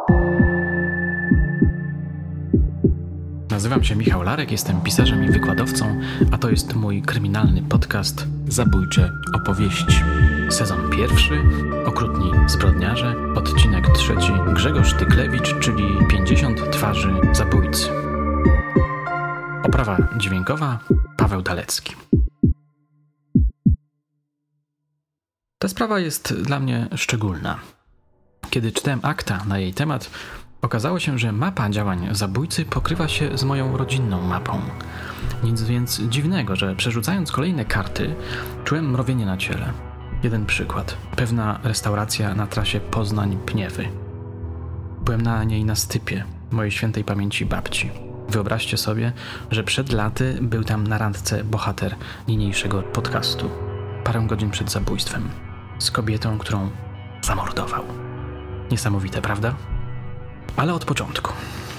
Nazywam się Michał Larek, jestem pisarzem i wykładowcą, a to jest mój kryminalny podcast Zabójcze opowieści. Sezon pierwszy, Okrutni zbrodniarze, odcinek trzeci, Grzegorz Tyklewicz, czyli 50 twarzy zabójcy. Oprawa dźwiękowa, Paweł Dalecki. Ta sprawa jest dla mnie szczególna. Kiedy czytałem akta na jej temat, okazało się, że mapa działań zabójcy pokrywa się z moją rodzinną mapą. Nic więc dziwnego, że przerzucając kolejne karty, czułem mrowienie na ciele. Jeden przykład. Pewna restauracja na trasie Poznań-Pniewy. Byłem na niej na stypie mojej świętej pamięci babci. Wyobraźcie sobie, że przed laty był tam na randce bohater niniejszego podcastu. Parę godzin przed zabójstwem. Z kobietą, którą zamordował. Niesamowite, prawda? Ale od początku.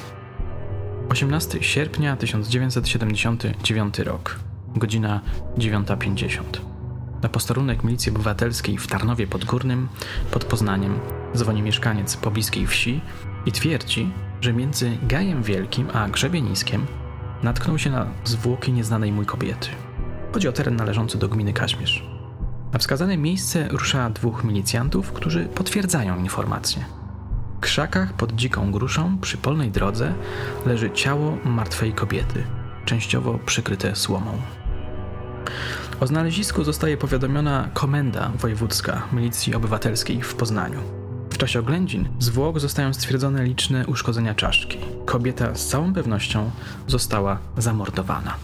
18 sierpnia 1979 rok. Godzina 9:50. Na posterunek Milicji Obywatelskiej w Tarnowie Podgórnym pod Poznaniem dzwoni mieszkaniec pobliskiej wsi i twierdzi, że między Gajem Wielkim a Grzebieniskiem natknął się na zwłoki nieznanej mu kobiety. Chodzi o teren należący do gminy Kaźmierz. Na wskazane miejsce rusza dwóch milicjantów, którzy potwierdzają informację. W krzakach pod dziką gruszą przy polnej drodze leży ciało martwej kobiety, częściowo przykryte słomą. O znalezisku zostaje powiadomiona Komenda Wojewódzka Milicji Obywatelskiej w Poznaniu. W czasie oględzin zwłok zostają stwierdzone liczne uszkodzenia czaszki. Kobieta z całą pewnością została zamordowana.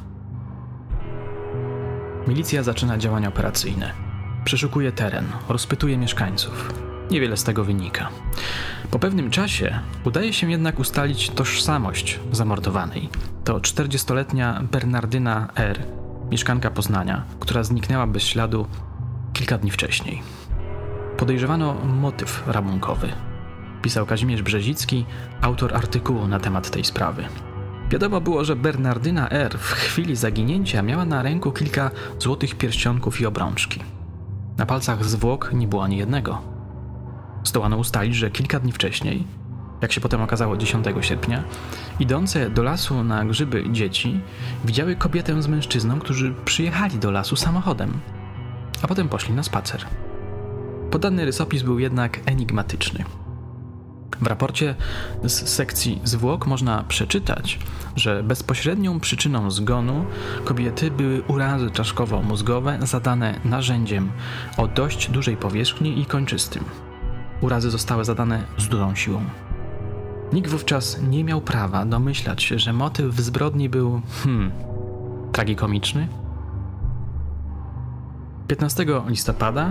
Milicja zaczyna działania operacyjne. Przeszukuje teren, rozpytuje mieszkańców. Niewiele z tego wynika. Po pewnym czasie udaje się jednak ustalić tożsamość zamordowanej. To 40-letnia Bernardyna R., mieszkanka Poznania, która zniknęła bez śladu kilka dni wcześniej. Podejrzewano motyw rabunkowy. Pisał Kazimierz Brzezicki, autor artykułu na temat tej sprawy. Wiadomo było, że Bernardyna R. w chwili zaginięcia miała na ręku kilka złotych pierścionków i obrączki. Na palcach zwłok nie było ani jednego. Zdołano ustalić, że kilka dni wcześniej, jak się potem okazało 10 sierpnia, idące do lasu na grzyby dzieci widziały kobietę z mężczyzną, którzy przyjechali do lasu samochodem, a potem poszli na spacer. Podany rysopis był jednak enigmatyczny. W raporcie z sekcji zwłok można przeczytać, że bezpośrednią przyczyną zgonu kobiety były urazy czaszkowo-mózgowe zadane narzędziem o dość dużej powierzchni i kończystym. Urazy zostały zadane z dużą siłą. Nikt wówczas nie miał prawa domyślać się, że motyw zbrodni był, tragikomiczny. 15 listopada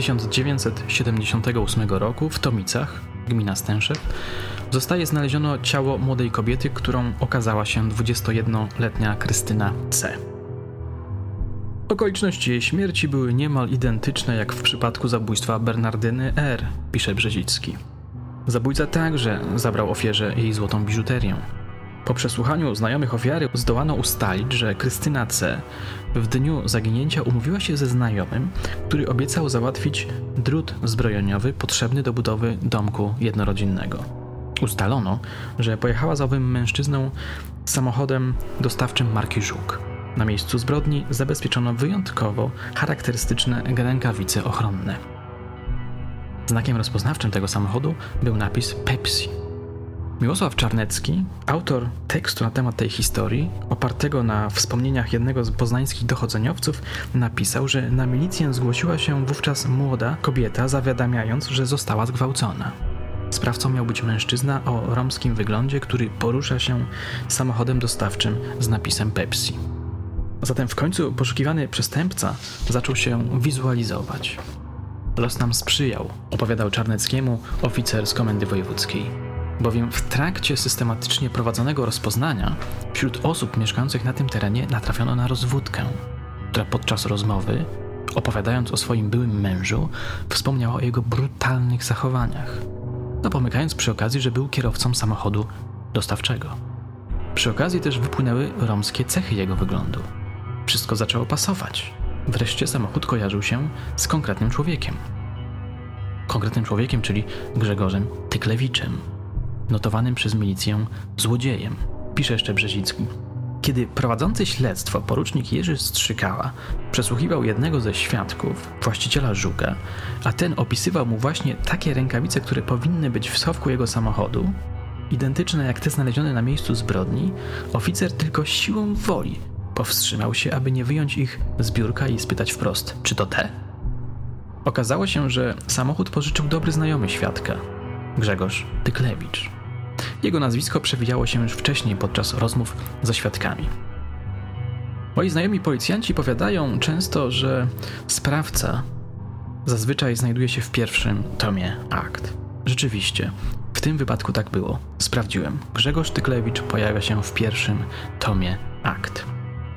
1978 roku w Tomicach, gmina Stęszew, zostaje znalezione ciało młodej kobiety, którą okazała się 21-letnia Krystyna C. Okoliczności jej śmierci były niemal identyczne jak w przypadku zabójstwa Bernardyny R., pisze Brzezicki. Zabójca także zabrał ofierze jej złotą biżuterię. Po przesłuchaniu znajomych ofiary zdołano ustalić, że Krystyna C. w dniu zaginięcia umówiła się ze znajomym, który obiecał załatwić drut zbrojeniowy potrzebny do budowy domku jednorodzinnego. Ustalono, że pojechała za owym mężczyzną samochodem dostawczym marki Żuk. Na miejscu zbrodni zabezpieczono wyjątkowo charakterystyczne rękawice ochronne. Znakiem rozpoznawczym tego samochodu był napis Pepsi. Miłosław Czarnecki, autor tekstu na temat tej historii, opartego na wspomnieniach jednego z poznańskich dochodzeniowców, napisał, że na milicję zgłosiła się wówczas młoda kobieta, zawiadamiając, że została zgwałcona. Sprawcą miał być mężczyzna o romskim wyglądzie, który porusza się samochodem dostawczym z napisem Pepsi. Zatem w końcu poszukiwany przestępca zaczął się wizualizować. Los nam sprzyjał, opowiadał Czarneckiemu oficer z Komendy Wojewódzkiej. Bowiem w trakcie systematycznie prowadzonego rozpoznania wśród osób mieszkających na tym terenie natrafiono na rozwódkę, która podczas rozmowy, opowiadając o swoim byłym mężu, wspomniała o jego brutalnych zachowaniach. Pomykając przy okazji, że był kierowcą samochodu dostawczego. Przy okazji też wypłynęły romskie cechy jego wyglądu. Wszystko zaczęło pasować. Wreszcie samochód kojarzył się z konkretnym człowiekiem. Konkretnym człowiekiem, czyli Grzegorzem Tyklewiczem. notowanym przez milicję złodziejem, pisze jeszcze Brzezicki. Kiedy prowadzący śledztwo porucznik Jerzy Strzykała przesłuchiwał jednego ze świadków, właściciela Żuka, a ten opisywał mu właśnie takie rękawice, które powinny być w schowku jego samochodu, identyczne jak te znalezione na miejscu zbrodni, oficer tylko siłą woli powstrzymał się, aby nie wyjąć ich z biurka i spytać wprost, czy to te? Okazało się, że samochód pożyczył dobry znajomy świadka, Grzegorz Tyklewicz. Jego nazwisko przewijało się już wcześniej podczas rozmów ze świadkami. Moi znajomi policjanci powiadają często, że sprawca zazwyczaj znajduje się w pierwszym tomie akt. Rzeczywiście, w tym wypadku tak było. Sprawdziłem. Grzegorz Tyklewicz pojawia się w pierwszym tomie akt.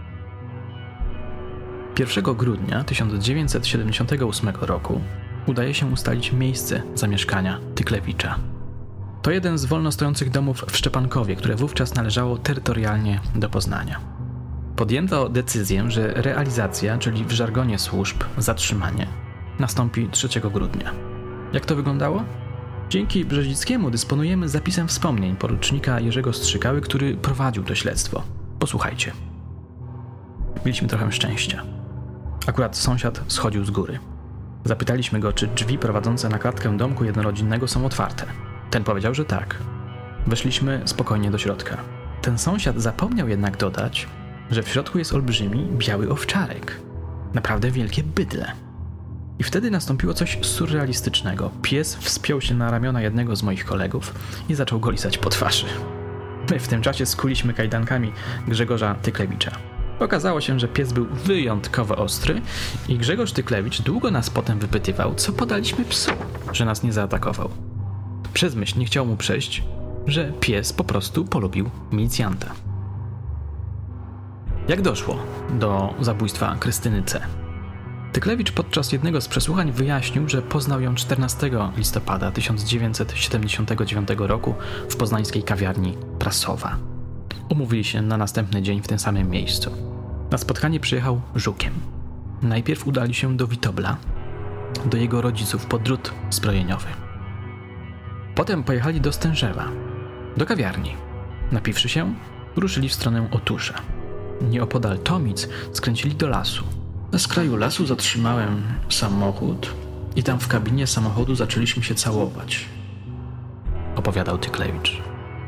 1 grudnia 1978 roku udaje się ustalić miejsce zamieszkania Tyklewicza. To jeden z wolno stojących domów w Szczepankowie, które wówczas należało terytorialnie do Poznania. Podjęto decyzję, że realizacja, czyli w żargonie służb zatrzymanie, nastąpi 3 grudnia. Jak to wyglądało? Dzięki Brzezickiemu dysponujemy zapisem wspomnień porucznika Jerzego Strzykały, który prowadził to śledztwo. Posłuchajcie. Mieliśmy trochę szczęścia. Akurat sąsiad schodził z góry. Zapytaliśmy go, czy drzwi prowadzące na klatkę domku jednorodzinnego są otwarte. Ten powiedział, że tak. Weszliśmy spokojnie do środka. Ten sąsiad zapomniał jednak dodać, że w środku jest olbrzymi, biały owczarek. Naprawdę wielkie bydlę. I wtedy nastąpiło coś surrealistycznego. Pies wspiął się na ramiona jednego z moich kolegów i zaczął go lizać po twarzy. My w tym czasie skuliśmy kajdankami Grzegorza Tyklewicza. Okazało się, że pies był wyjątkowo ostry i Grzegorz Tyklewicz długo nas potem wypytywał, co podaliśmy psu, że nas nie zaatakował. Przez myśl nie chciał mu przejść, że pies po prostu polubił milicjanta. Jak doszło do zabójstwa Krystyny C? Tyklewicz podczas jednego z przesłuchań wyjaśnił, że poznał ją 14 listopada 1979 roku w poznańskiej kawiarni Prasowa. Umówili się na następny dzień w tym samym miejscu. Na spotkanie przyjechał Żukiem. Najpierw udali się do Witobla, do jego rodziców po drut zbrojeniowy. Potem pojechali do Stężewa, do kawiarni. Napiwszy się, ruszyli w stronę Otusza. Nieopodal Tomic skręcili do lasu. Na skraju lasu zatrzymałem samochód i tam w kabinie samochodu zaczęliśmy się całować, opowiadał Tyklewicz.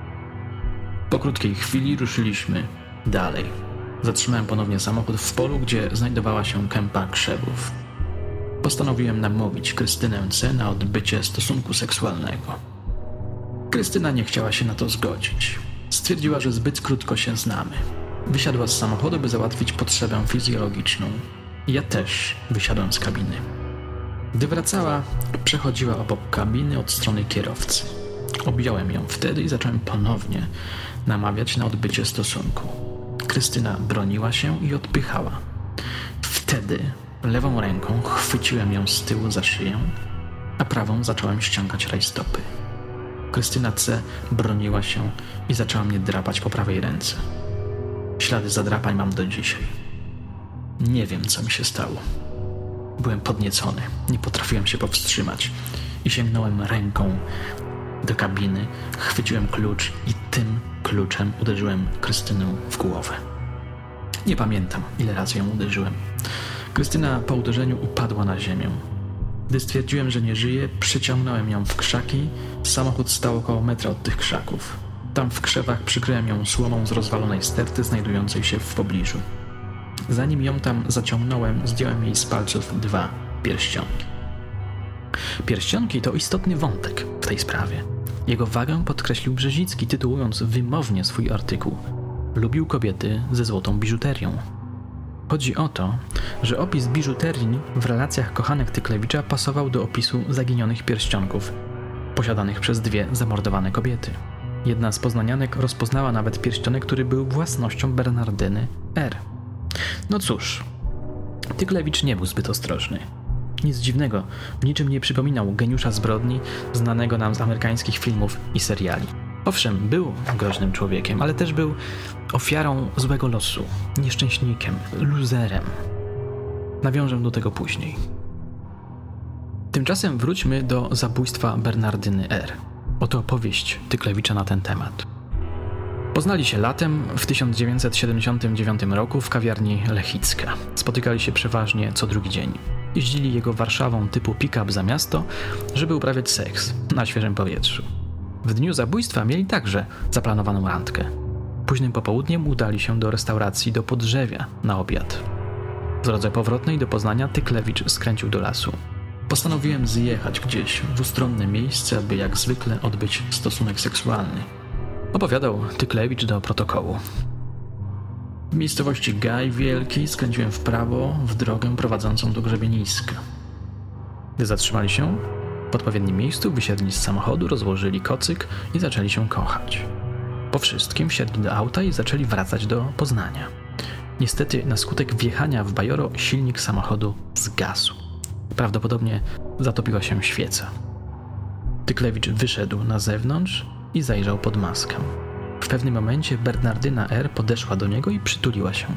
Po krótkiej chwili ruszyliśmy dalej. Zatrzymałem ponownie samochód w polu, gdzie znajdowała się kępa krzewów. Postanowiłem namówić Krystynę C. na odbycie stosunku seksualnego. Krystyna nie chciała się na to zgodzić. Stwierdziła, że zbyt krótko się znamy. Wysiadła z samochodu, by załatwić potrzebę fizjologiczną. Ja też wysiadłem z kabiny. Gdy wracała, przechodziła obok kabiny od strony kierowcy. Objąłem ją wtedy i zacząłem ponownie namawiać na odbycie stosunku. Krystyna broniła się i odpychała. Wtedy lewą ręką chwyciłem ją z tyłu za szyję, a prawą zacząłem ściągać rajstopy. Krystyna C. broniła się i zaczęła mnie drapać po prawej ręce. Ślady zadrapań mam do dzisiaj. Nie wiem, co mi się stało. Byłem podniecony, nie potrafiłem się powstrzymać i sięgnąłem ręką do kabiny, chwyciłem klucz i tym kluczem uderzyłem Krystynę w głowę. Nie pamiętam, ile razy ją uderzyłem. Krystyna po uderzeniu upadła na ziemię. Gdy stwierdziłem, że nie żyje, przyciągnąłem ją w krzaki. Samochód stał około metra od tych krzaków. Tam w krzewach przykryłem ją słomą z rozwalonej sterty znajdującej się w pobliżu. Zanim ją tam zaciągnąłem, zdjąłem jej z palców 2 pierścionki. Pierścionki to istotny wątek w tej sprawie. Jego wagę podkreślił Brzezicki, tytułując wymownie swój artykuł „Lubił kobiety ze złotą biżuterią”. Chodzi o to, że opis biżuterii w relacjach kochanek Tyklewicza pasował do opisu zaginionych pierścionków posiadanych przez 2 zamordowane kobiety. Jedna z poznanianek rozpoznała nawet pierścionek, który był własnością Bernardyny R. No cóż, Tyklewicz nie był zbyt ostrożny. Nic dziwnego, w niczym nie przypominał geniusza zbrodni znanego nam z amerykańskich filmów i seriali. Owszem, był groźnym człowiekiem, ale też był ofiarą złego losu, nieszczęśnikiem, luzerem. Nawiążę do tego później. Tymczasem wróćmy do zabójstwa Bernardyny R. Oto opowieść Tyklewicza na ten temat. Poznali się latem w 1979 roku w kawiarni Lechicka. Spotykali się przeważnie co drugi dzień. Jeździli jego Warszawą typu pick-up za miasto, żeby uprawiać seks na świeżym powietrzu. W dniu zabójstwa mieli także zaplanowaną randkę. Późnym popołudniem udali się do restauracji do Podrzewia na obiad. W drodze powrotnej do Poznania Tyklewicz skręcił do lasu. Postanowiłem zjechać gdzieś w ustronne miejsce, aby jak zwykle odbyć stosunek seksualny. Opowiadał Tyklewicz do protokołu. W miejscowości Gaj Wielki skręciłem w prawo w drogę prowadzącą do grzebieniska. Gdy zatrzymali się w odpowiednim miejscu, wysiedli z samochodu, rozłożyli kocyk i zaczęli się kochać. Po wszystkim wsiedli do auta i zaczęli wracać do Poznania. Niestety na skutek wjechania w bajoro silnik samochodu zgasł. Prawdopodobnie zatopiła się świeca. Tyklewicz wyszedł na zewnątrz i zajrzał pod maskę. W pewnym momencie Bernardyna R. podeszła do niego i przytuliła się.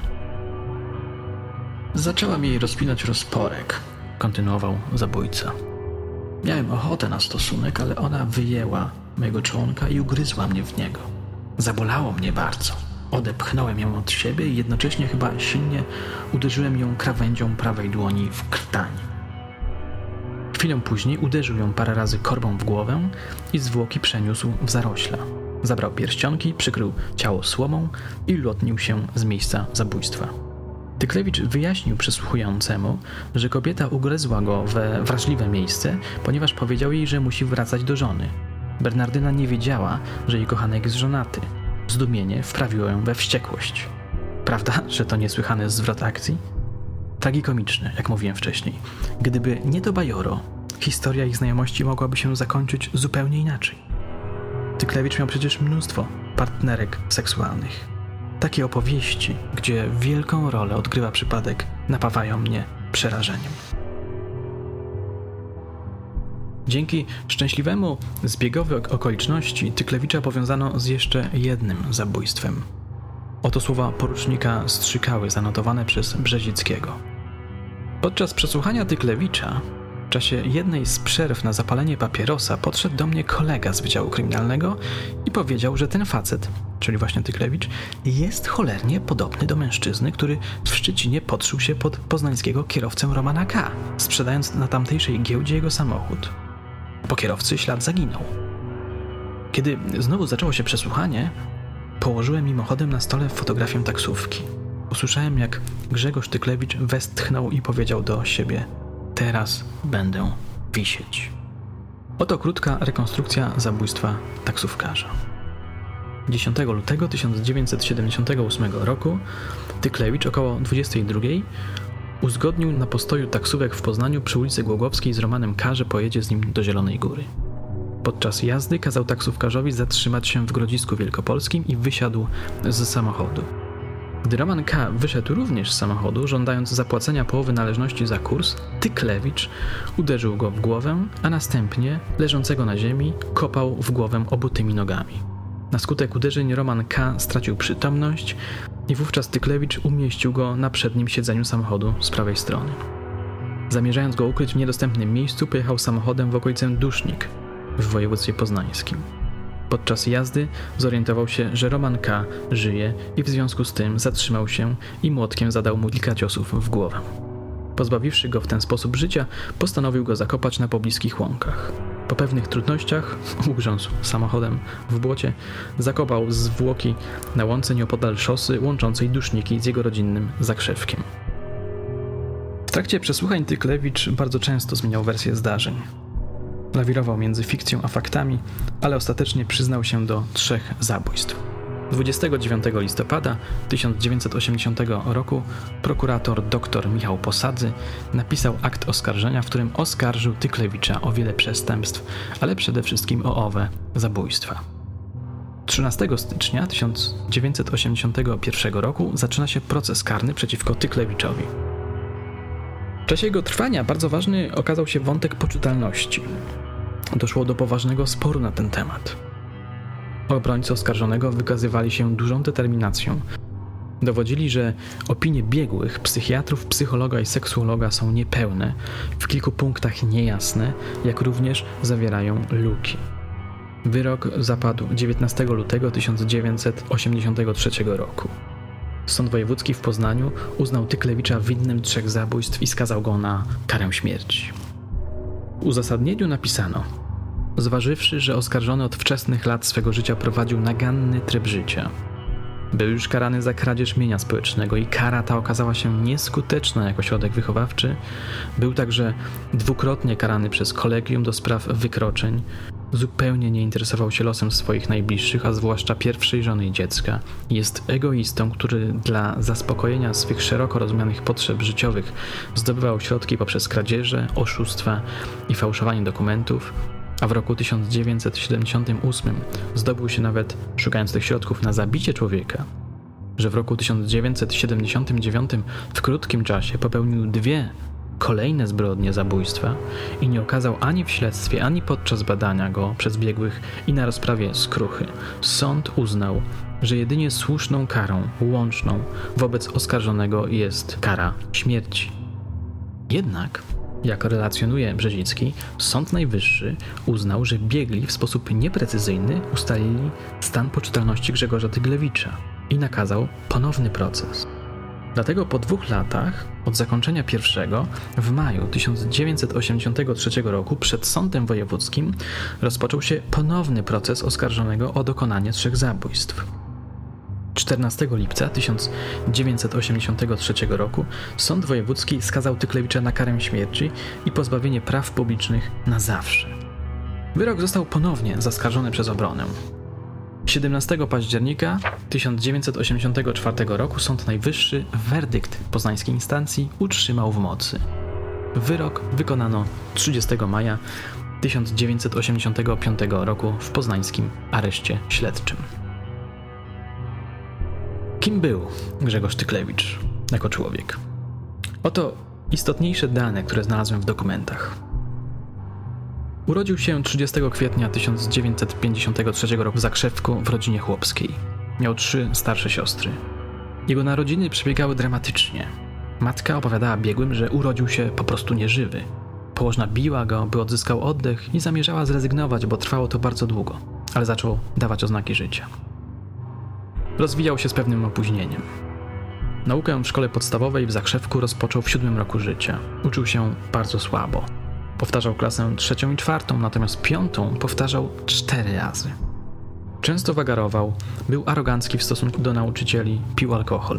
Zaczęłam jej rozpinać rozporek, kontynuował zabójca. Miałem ochotę na stosunek, ale ona wyjęła mojego członka i ugryzła mnie w niego. Zabolało mnie bardzo. Odepchnąłem ją od siebie i jednocześnie chyba silnie uderzyłem ją krawędzią prawej dłoni w krtań. Chwilę później uderzył ją parę razy korbą w głowę i zwłoki przeniósł w zarośla. Zabrał pierścionki, przykrył ciało słomą i lotnił się z miejsca zabójstwa. Tyklewicz wyjaśnił przesłuchującemu, że kobieta ugryzła go we wrażliwe miejsce, ponieważ powiedział jej, że musi wracać do żony. Bernardyna nie wiedziała, że jej kochanek jest żonaty. Zdumienie wprawiło ją we wściekłość. Prawda, że to niesłychany zwrot akcji? Tragikomiczny, jak mówiłem wcześniej. Gdyby nie to bajoro, historia ich znajomości mogłaby się zakończyć zupełnie inaczej. Tyklewicz miał przecież mnóstwo partnerek seksualnych. Takie opowieści, gdzie wielką rolę odgrywa przypadek, napawają mnie przerażeniem. Dzięki szczęśliwemu zbiegowi okoliczności Tyklewicza powiązano z jeszcze jednym zabójstwem. Oto słowa porucznika Strzykały zanotowane przez Brzezickiego. Podczas przesłuchania Tyklewicza w czasie jednej z przerw na zapalenie papierosa podszedł do mnie kolega z Wydziału Kryminalnego i powiedział, że ten facet, czyli właśnie Tyklewicz, jest cholernie podobny do mężczyzny, który w Szczecinie podszył się pod poznańskiego kierowcę Romana K., sprzedając na tamtejszej giełdzie jego samochód. Po kierowcy ślad zaginął. Kiedy znowu zaczęło się przesłuchanie, położyłem mimochodem na stole fotografię taksówki. Usłyszałem, jak Grzegorz Tyklewicz westchnął i powiedział do siebie: teraz będę wisieć. Oto krótka rekonstrukcja zabójstwa taksówkarza. 10 lutego 1978 roku Tyklewicz około 22:00 uzgodnił na postoju taksówek w Poznaniu przy ulicy Głogowskiej z Romanem K., że pojedzie z nim do Zielonej Góry. Podczas jazdy kazał taksówkarzowi zatrzymać się w Grodzisku Wielkopolskim i wysiadł z samochodu. Gdy Roman K. wyszedł również z samochodu, żądając zapłacenia połowy należności za kurs, Tyklewicz uderzył go w głowę, a następnie, leżącego na ziemi, kopał w głowę obutymi nogami. Na skutek uderzeń Roman K. stracił przytomność i wówczas Tyklewicz umieścił go na przednim siedzeniu samochodu z prawej strony. Zamierzając go ukryć w niedostępnym miejscu, pojechał samochodem w okolicę Dusznik w województwie poznańskim. Podczas jazdy zorientował się, że Roman K. żyje i w związku z tym zatrzymał się i młotkiem zadał mu kilka ciosów w głowę. Pozbawiwszy go w ten sposób życia, postanowił go zakopać na pobliskich łąkach. Po pewnych trudnościach, ugrzązł samochodem w błocie, zakopał zwłoki na łące nieopodal szosy łączącej Duszniki z jego rodzinnym Zakrzewkiem. W trakcie przesłuchań Tyklewicz bardzo często zmieniał wersję zdarzeń. Lawirował między fikcją a faktami, ale ostatecznie przyznał się do 3 zabójstw. 29 listopada 1980 roku prokurator dr Michał Posadzy napisał akt oskarżenia, w którym oskarżył Tyklewicza o wiele przestępstw, ale przede wszystkim o owe zabójstwa. 13 stycznia 1981 roku zaczyna się proces karny przeciwko Tyklewiczowi. W czasie jego trwania bardzo ważny okazał się wątek poczytalności. Doszło do poważnego sporu na ten temat. Obrońcy oskarżonego wykazywali się dużą determinacją. Dowodzili, że opinie biegłych, psychiatrów, psychologa i seksuologa są niepełne, w kilku punktach niejasne, jak również zawierają luki. Wyrok zapadł 19 lutego 1983 roku. Sąd Wojewódzki w Poznaniu uznał Tyklewicza winnym 3 zabójstw i skazał go na karę śmierci. W uzasadnieniu napisano: zważywszy, że oskarżony od wczesnych lat swego życia prowadził naganny tryb życia, był już karany za kradzież mienia społecznego i kara ta okazała się nieskuteczna jako środek wychowawczy, był także dwukrotnie karany przez Kolegium do spraw wykroczeń, zupełnie nie interesował się losem swoich najbliższych, a zwłaszcza pierwszej żony i dziecka. Jest egoistą, który dla zaspokojenia swych szeroko rozumianych potrzeb życiowych zdobywał środki poprzez kradzieże, oszustwa i fałszowanie dokumentów, a w roku 1978 zdobył się nawet, szukając tych środków, na zabicie człowieka, że w roku 1979 w krótkim czasie popełnił 2 kolejne zbrodnie zabójstwa i nie okazał ani w śledztwie, ani podczas badania go przez biegłych i na rozprawie skruchy. Sąd uznał, że jedynie słuszną karą łączną wobec oskarżonego jest kara śmierci. Jednak, jak relacjonuje Brzezicki, Sąd Najwyższy uznał, że biegli w sposób nieprecyzyjny ustalili stan poczytalności Grzegorza Tyklewicza i nakazał ponowny proces. Dlatego po 2 latach od zakończenia pierwszego, w maju 1983 roku przed Sądem Wojewódzkim rozpoczął się ponowny proces oskarżonego o dokonanie 3 zabójstw. 14 lipca 1983 roku Sąd Wojewódzki skazał Tyklewicza na karę śmierci i pozbawienie praw publicznych na zawsze. Wyrok został ponownie zaskarżony przez obronę. 17 października 1984 roku Sąd Najwyższy werdykt poznańskiej instancji utrzymał w mocy. Wyrok wykonano 30 maja 1985 roku w poznańskim areszcie śledczym. Kim był Grzegorz Tyklewicz jako człowiek? Oto istotniejsze dane, które znalazłem w dokumentach. Urodził się 30 kwietnia 1953 roku w Zakrzewku w rodzinie chłopskiej. Miał 3 starsze siostry. Jego narodziny przebiegały dramatycznie. Matka opowiadała biegłym, że urodził się po prostu nieżywy. Położna biła go, by odzyskał oddech i zamierzała zrezygnować, bo trwało to bardzo długo, ale zaczął dawać oznaki życia. Rozwijał się z pewnym opóźnieniem. Naukę w szkole podstawowej w Zakrzewku rozpoczął w 7 roku życia. Uczył się bardzo słabo. Powtarzał klasę 3. i 4, natomiast 5. powtarzał 4 razy. Często wagarował, był arogancki w stosunku do nauczycieli, pił alkohol.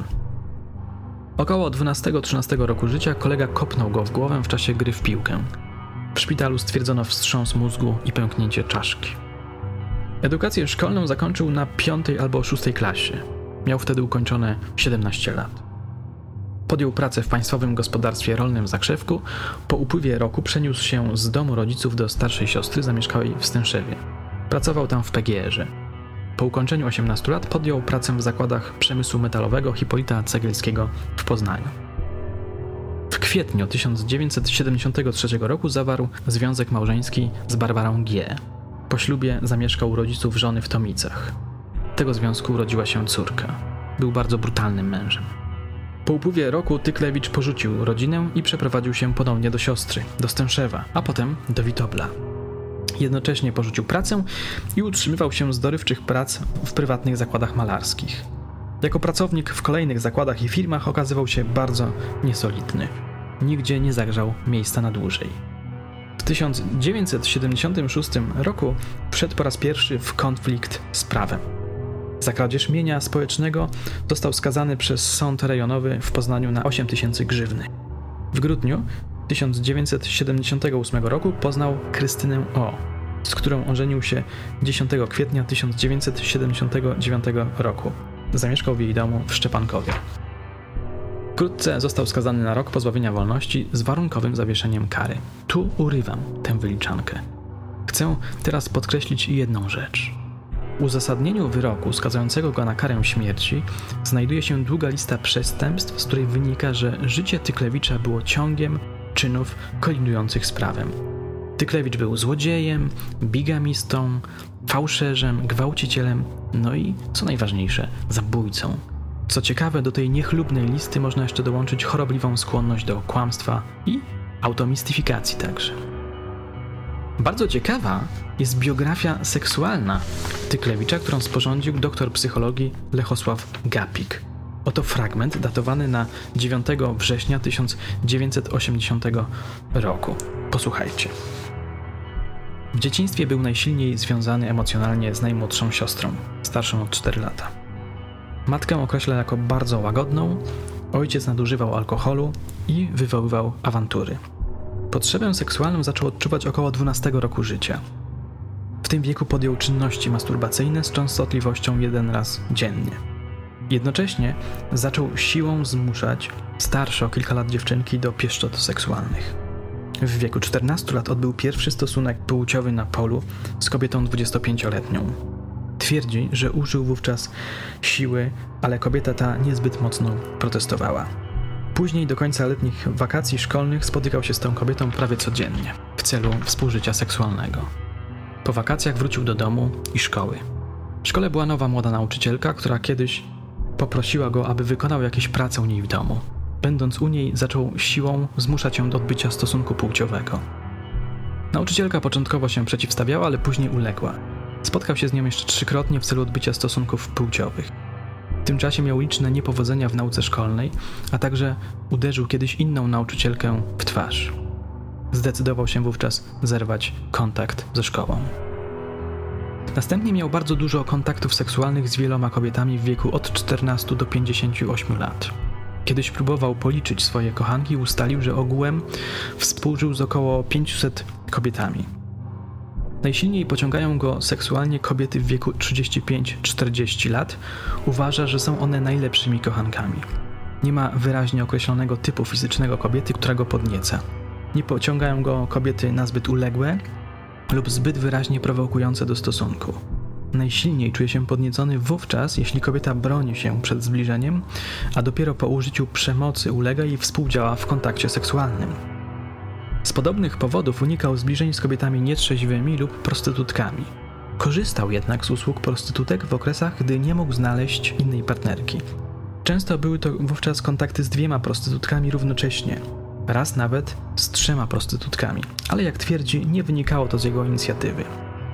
Około 12-13 roku życia kolega kopnął go w głowę w czasie gry w piłkę. W szpitalu stwierdzono wstrząs mózgu i pęknięcie czaszki. Edukację szkolną zakończył na 5. albo 6. klasie. Miał wtedy ukończone 17 lat. Podjął pracę w Państwowym Gospodarstwie Rolnym w Zakrzewku. Po upływie roku przeniósł się z domu rodziców do starszej siostry zamieszkałej w Stęszewie. Pracował tam w PGR-ze. Po ukończeniu 18 lat podjął pracę w zakładach przemysłu metalowego Hipolita Cegielskiego w Poznaniu. W kwietniu 1973 roku zawarł związek małżeński z Barbarą G. Po ślubie zamieszkał u rodziców żony w Tomicach. Tego związku urodziła się córka. Był bardzo brutalnym mężem. Po upływie roku Tyklewicz porzucił rodzinę i przeprowadził się ponownie do siostry, do Stęszewa, a potem do Witobla. Jednocześnie porzucił pracę i utrzymywał się z dorywczych prac w prywatnych zakładach malarskich. Jako pracownik w kolejnych zakładach i firmach okazywał się bardzo niesolidny. Nigdzie nie zagrzał miejsca na dłużej. W 1976 roku wszedł po raz pierwszy w konflikt z prawem. Za kradzież mienia społecznego został skazany przez Sąd Rejonowy w Poznaniu na 8 000 grzywny. W grudniu 1978 roku poznał Krystynę O., z którą ożenił się 10 kwietnia 1979 roku. Zamieszkał w jej domu w Szczepankowie. Wkrótce został skazany na rok pozbawienia wolności z warunkowym zawieszeniem kary. Tu urywam tę wyliczankę. Chcę teraz podkreślić jedną rzecz. W uzasadnieniu wyroku skazującego go na karę śmierci znajduje się długa lista przestępstw, z której wynika, że życie Tyklewicza było ciągiem czynów kolidujących z prawem. Tyklewicz był złodziejem, bigamistą, fałszerzem, gwałcicielem, no i, co najważniejsze, zabójcą. Co ciekawe, do tej niechlubnej listy można jeszcze dołączyć chorobliwą skłonność do kłamstwa i automistyfikacji także. Bardzo ciekawa jest biografia seksualna Tyklewicza, którą sporządził doktor psychologii Lechosław Gapik. Oto fragment datowany na 9 września 1980 roku. Posłuchajcie. W dzieciństwie był najsilniej związany emocjonalnie z najmłodszą siostrą, starszą o 4 lata. Matkę określa jako bardzo łagodną, ojciec nadużywał alkoholu i wywoływał awantury. Potrzebę seksualną zaczął odczuwać około 12 roku życia. W tym wieku podjął czynności masturbacyjne z częstotliwością 1 raz dziennie. Jednocześnie zaczął siłą zmuszać starsze o kilka lat dziewczynki do pieszczot seksualnych. W wieku 14 lat odbył pierwszy stosunek płciowy na polu z kobietą 25-letnią. Twierdzi, że użył wówczas siły, ale kobieta ta niezbyt mocno protestowała. Później do końca letnich wakacji szkolnych spotykał się z tą kobietą prawie codziennie w celu współżycia seksualnego. Po wakacjach wrócił do domu i szkoły. W szkole była nowa młoda nauczycielka, która kiedyś poprosiła go, aby wykonał jakieś prace u niej w domu. Będąc u niej, zaczął siłą zmuszać ją do odbycia stosunku płciowego. Nauczycielka początkowo się przeciwstawiała, ale później uległa. Spotkał się z nią jeszcze 3-krotnie w celu odbycia stosunków płciowych. W tym czasie miał liczne niepowodzenia w nauce szkolnej, a także uderzył kiedyś inną nauczycielkę w twarz. Zdecydował się wówczas zerwać kontakt ze szkołą. Następnie miał bardzo dużo kontaktów seksualnych z wieloma kobietami w wieku od 14 do 58 lat. Kiedyś próbował policzyć swoje kochanki i ustalił, że ogółem współżył z około 500 kobietami. Najsilniej pociągają go seksualnie kobiety w wieku 35-40 lat. Uważa, że są one najlepszymi kochankami. Nie ma wyraźnie określonego typu fizycznego kobiety, która go podnieca. Nie pociągają go kobiety nazbyt uległe lub zbyt wyraźnie prowokujące do stosunku. Najsilniej czuje się podniecony wówczas, jeśli kobieta broni się przed zbliżeniem, a dopiero po użyciu przemocy ulega i współdziała w kontakcie seksualnym. Z podobnych powodów unikał zbliżeń z kobietami nietrzeźwymi lub prostytutkami. Korzystał jednak z usług prostytutek w okresach, gdy nie mógł znaleźć innej partnerki. Często były to wówczas kontakty z 2 prostytutkami równocześnie, raz nawet z 3 prostytutkami, ale jak twierdzi, nie wynikało to z jego inicjatywy.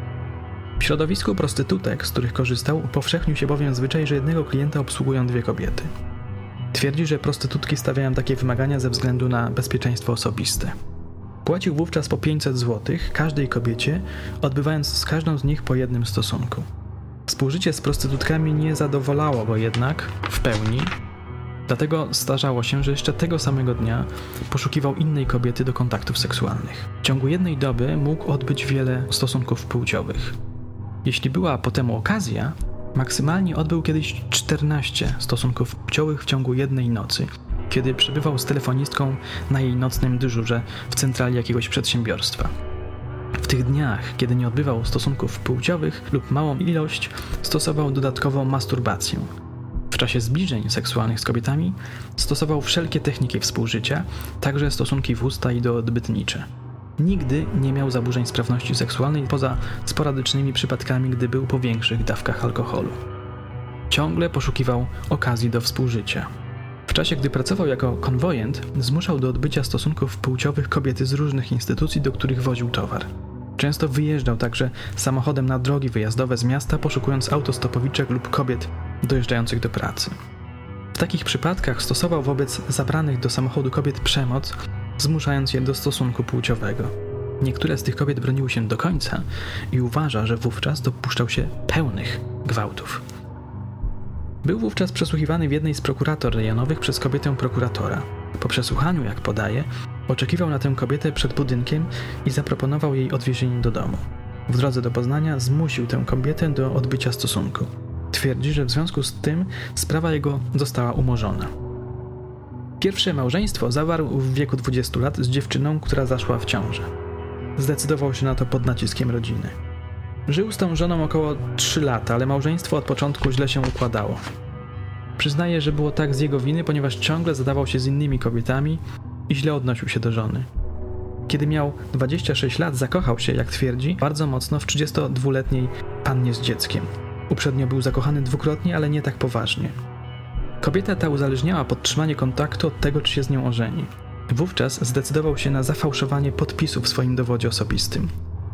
W środowisku prostytutek, z których korzystał, upowszechnił się bowiem zwyczaj, że jednego klienta obsługują 2 kobiety. Twierdzi, że prostytutki stawiają takie wymagania ze względu na bezpieczeństwo osobiste. Płacił wówczas po 500 zł każdej kobiecie, odbywając z każdą z nich po 1 stosunku. Współżycie z prostytutkami nie zadowalało go jednak w pełni, dlatego zdarzało się, że jeszcze tego samego dnia poszukiwał innej kobiety do kontaktów seksualnych. W ciągu 1 doby mógł odbyć wiele stosunków płciowych. Jeśli była potem okazja, maksymalnie odbył kiedyś 14 stosunków płciowych w ciągu 1 nocy, kiedy przebywał z telefonistką na jej nocnym dyżurze w centrali jakiegoś przedsiębiorstwa. W tych dniach, kiedy nie odbywał stosunków płciowych lub małą ilość, stosował dodatkowo masturbację. W czasie zbliżeń seksualnych z kobietami stosował wszelkie techniki współżycia, także stosunki w usta i doodbytnicze. Nigdy nie miał zaburzeń sprawności seksualnej poza sporadycznymi przypadkami, gdy był po większych dawkach alkoholu. Ciągle poszukiwał okazji do współżycia. W czasie, gdy pracował jako konwojent, zmuszał do odbycia stosunków płciowych kobiety z różnych instytucji, do których woził towar. Często wyjeżdżał także samochodem na drogi wyjazdowe z miasta, poszukując autostopowiczek lub kobiet dojeżdżających do pracy. W takich przypadkach stosował wobec zabranych do samochodu kobiet przemoc, zmuszając je do stosunku płciowego. Niektóre z tych kobiet broniły się do końca i uważa, że wówczas dopuszczał się pełnych gwałtów. Był wówczas przesłuchiwany w jednej z prokurator rejonowych przez kobietę prokuratora. Po przesłuchaniu, jak podaje, oczekiwał na tę kobietę przed budynkiem i zaproponował jej odwiezienie do domu. W drodze do Poznania zmusił tę kobietę do odbycia stosunku. Twierdzi, że w związku z tym sprawa jego została umorzona. Pierwsze małżeństwo zawarł w wieku 20 lat z dziewczyną, która zaszła w ciążę. Zdecydował się na to pod naciskiem rodziny. Żył z tą żoną około 3 lata, ale małżeństwo od początku źle się układało. Przyznaje, że było tak z jego winy, ponieważ ciągle zadawał się z innymi kobietami i źle odnosił się do żony. Kiedy miał 26 lat, zakochał się, jak twierdzi, bardzo mocno w 32-letniej pannie z dzieckiem. Uprzednio był zakochany 2-krotnie, ale nie tak poważnie. Kobieta ta uzależniała podtrzymanie kontaktu od tego, czy się z nią ożeni. Wówczas zdecydował się na zafałszowanie podpisu w swoim dowodzie osobistym.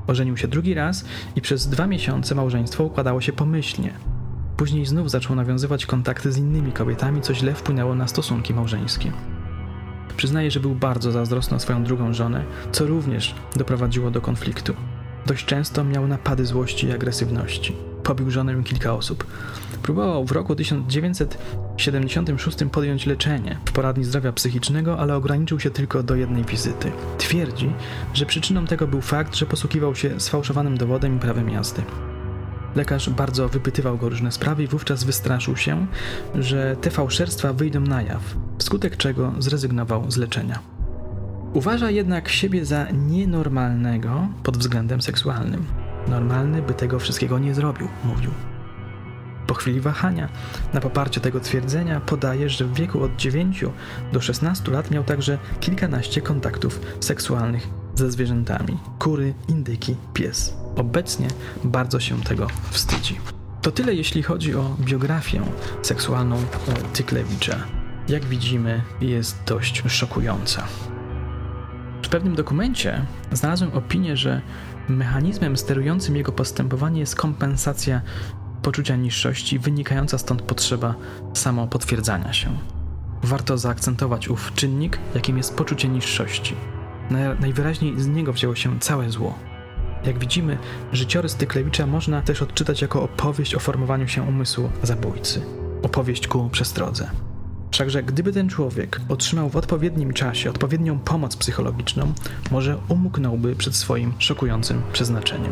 Ożenił się drugi raz i przez 2 miesiące małżeństwo układało się pomyślnie. Później znów zaczął nawiązywać kontakty z innymi kobietami, co źle wpłynęło na stosunki małżeńskie. Przyznaje, że był bardzo zazdrosny o swoją drugą żonę, co również doprowadziło do konfliktu. Dość często miał napady złości i agresywności. Pobił żonę i kilka osób. Próbował w roku 1976 podjąć leczenie w poradni zdrowia psychicznego, ale ograniczył się tylko do jednej wizyty. Twierdzi, że przyczyną tego był fakt, że posługiwał się sfałszowanym dowodem i prawem jazdy. Lekarz bardzo wypytywał go o różne sprawy i wówczas wystraszył się, że te fałszerstwa wyjdą na jaw, wskutek czego zrezygnował z leczenia. Uważa jednak siebie za nienormalnego pod względem seksualnym. Normalny by tego wszystkiego nie zrobił, mówił. Po chwili wahania, na poparcie tego twierdzenia podaje, że w wieku od 9 do 16 lat miał także kilkanaście kontaktów seksualnych ze zwierzętami. Kury, indyki, pies. Obecnie bardzo się tego wstydzi. To tyle, jeśli chodzi o biografię seksualną Tyklewicza. Jak widzimy, jest dość szokująca. W pewnym dokumencie znalazłem opinię, że mechanizmem sterującym jego postępowanie jest kompensacja poczucia niższości, wynikająca stąd potrzeba samopotwierdzania się. Warto zaakcentować ów czynnik, jakim jest poczucie niższości. Najwyraźniej z niego wzięło się całe zło. Jak widzimy, życiorys Tyklewicza można też odczytać jako opowieść o formowaniu się umysłu zabójcy. Opowieść ku przestrodze. Wszakże gdyby ten człowiek otrzymał w odpowiednim czasie odpowiednią pomoc psychologiczną, może umknąłby przed swoim szokującym przeznaczeniem.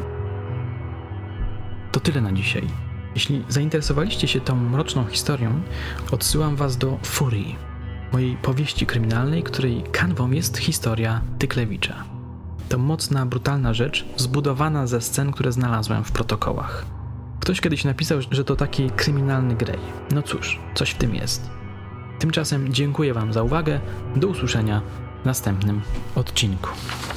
To tyle na dzisiaj. Jeśli zainteresowaliście się tą mroczną historią, odsyłam was do Furii, mojej powieści kryminalnej, której kanwą jest historia Tyklewicza. To mocna, brutalna rzecz, zbudowana ze scen, które znalazłem w protokołach. Ktoś kiedyś napisał, że to taki kryminalny Grey. No cóż, coś w tym jest. Tymczasem dziękuję wam za uwagę. Do usłyszenia w następnym odcinku.